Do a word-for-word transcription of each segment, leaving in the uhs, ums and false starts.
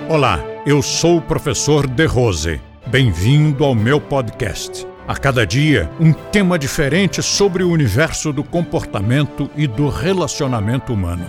Olá, eu sou o professor De Rose. Bem-vindo ao meu podcast. A cada dia, um tema diferente sobre o universo do comportamento e do relacionamento humano.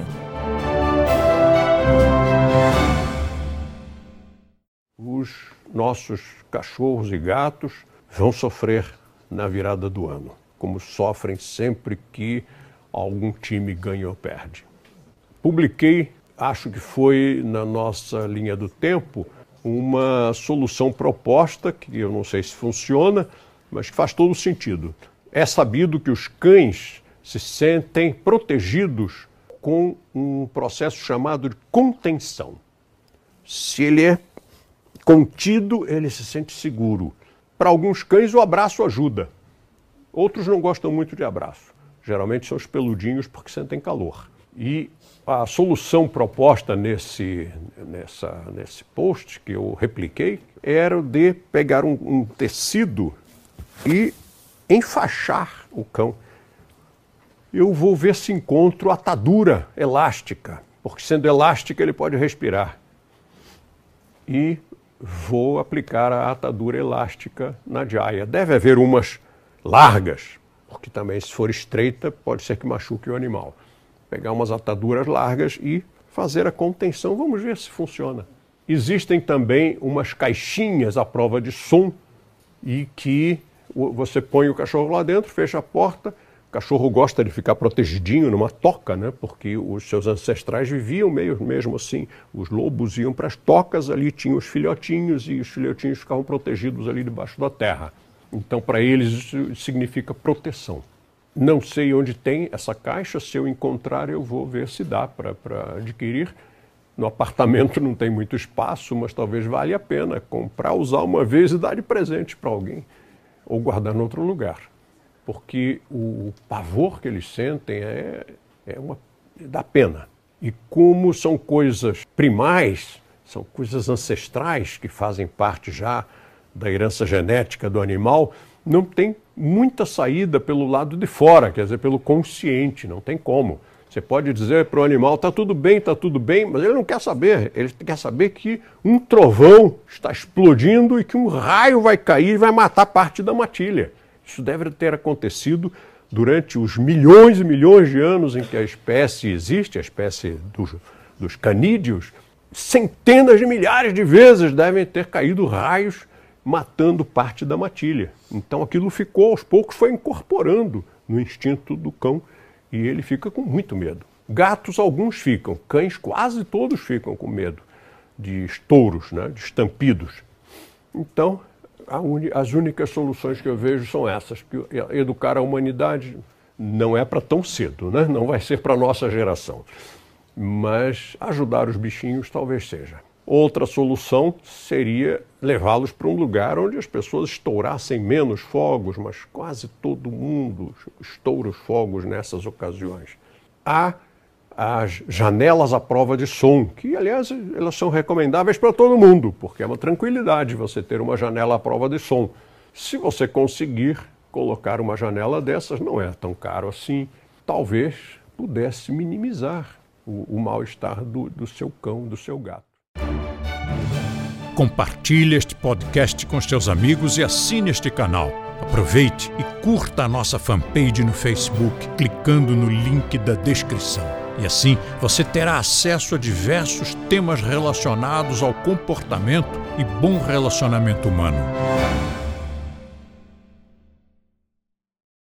Os nossos cachorros e gatos vão sofrer na virada do ano, como sofrem sempre que algum time ganha ou perde. Publiquei, acho que foi na nossa linha do tempo, uma solução proposta, que eu não sei se funciona, mas que faz todo sentido. É sabido que os cães se sentem protegidos com um processo chamado de contenção. Se ele é contido, ele se sente seguro. Para alguns cães, o abraço ajuda. Outros não gostam muito de abraço. Geralmente são os peludinhos porque sentem calor. E a solução proposta nesse, nessa, nesse post que eu repliquei era de pegar um, um tecido e enfaixar o cão. Eu vou ver se encontro atadura elástica, porque sendo elástica ele pode respirar. E vou aplicar a atadura elástica na jaia. Deve haver umas largas, porque também se for estreita pode ser que machuque o animal. Pegar umas ataduras largas e fazer a contenção. Vamos ver se funciona. Existem também umas caixinhas à prova de som e que você põe o cachorro lá dentro, fecha a porta. O cachorro gosta de ficar protegidinho numa toca, né? Porque os seus ancestrais viviam meio, mesmo assim. Os lobos iam para as tocas, ali tinham os filhotinhos e os filhotinhos ficavam protegidos ali debaixo da terra. Então, para eles, isso significa proteção. Não sei onde tem essa caixa, se eu encontrar eu vou ver se dá para adquirir. No apartamento não tem muito espaço, mas talvez valha a pena comprar, usar uma vez e dar de presente para alguém, ou guardar em outro lugar. Porque o pavor que eles sentem é, é uma, dá pena. E como são coisas primais, são coisas ancestrais que fazem parte já da herança genética do animal, não tem muita saída pelo lado de fora, quer dizer, pelo consciente, não tem como. Você pode dizer para o animal, está tudo bem, está tudo bem, mas ele não quer saber. Ele quer saber que um trovão está explodindo e que um raio vai cair e vai matar parte da matilha. Isso deve ter acontecido durante os milhões e milhões de anos em que a espécie existe, a espécie dos, dos canídeos. Centenas de milhares de vezes devem ter caído raios matando parte da matilha. Então aquilo ficou, aos poucos, foi incorporando no instinto do cão e ele fica com muito medo. Gatos, alguns ficam, cães quase todos ficam com medo de estouros, né, de estampidos. Então, a uni- as únicas soluções que eu vejo são essas, que educar a humanidade não é para tão cedo, né? Não vai ser para a nossa geração, mas ajudar os bichinhos talvez seja. Outra solução seria levá-los para um lugar onde as pessoas estourassem menos fogos, mas quase todo mundo estoura os fogos nessas ocasiões. Há as janelas à prova de som, que, aliás, elas são recomendáveis para todo mundo, porque é uma tranquilidade você ter uma janela à prova de som. Se você conseguir colocar uma janela dessas, não é tão caro assim, talvez pudesse minimizar o, o mal-estar do, do seu cão, do seu gato. Compartilhe este podcast com seus amigos e assine este canal. Aproveite e curta a nossa fanpage no Facebook, clicando no link da descrição. E assim você terá acesso a diversos temas relacionados ao comportamento e bom relacionamento humano.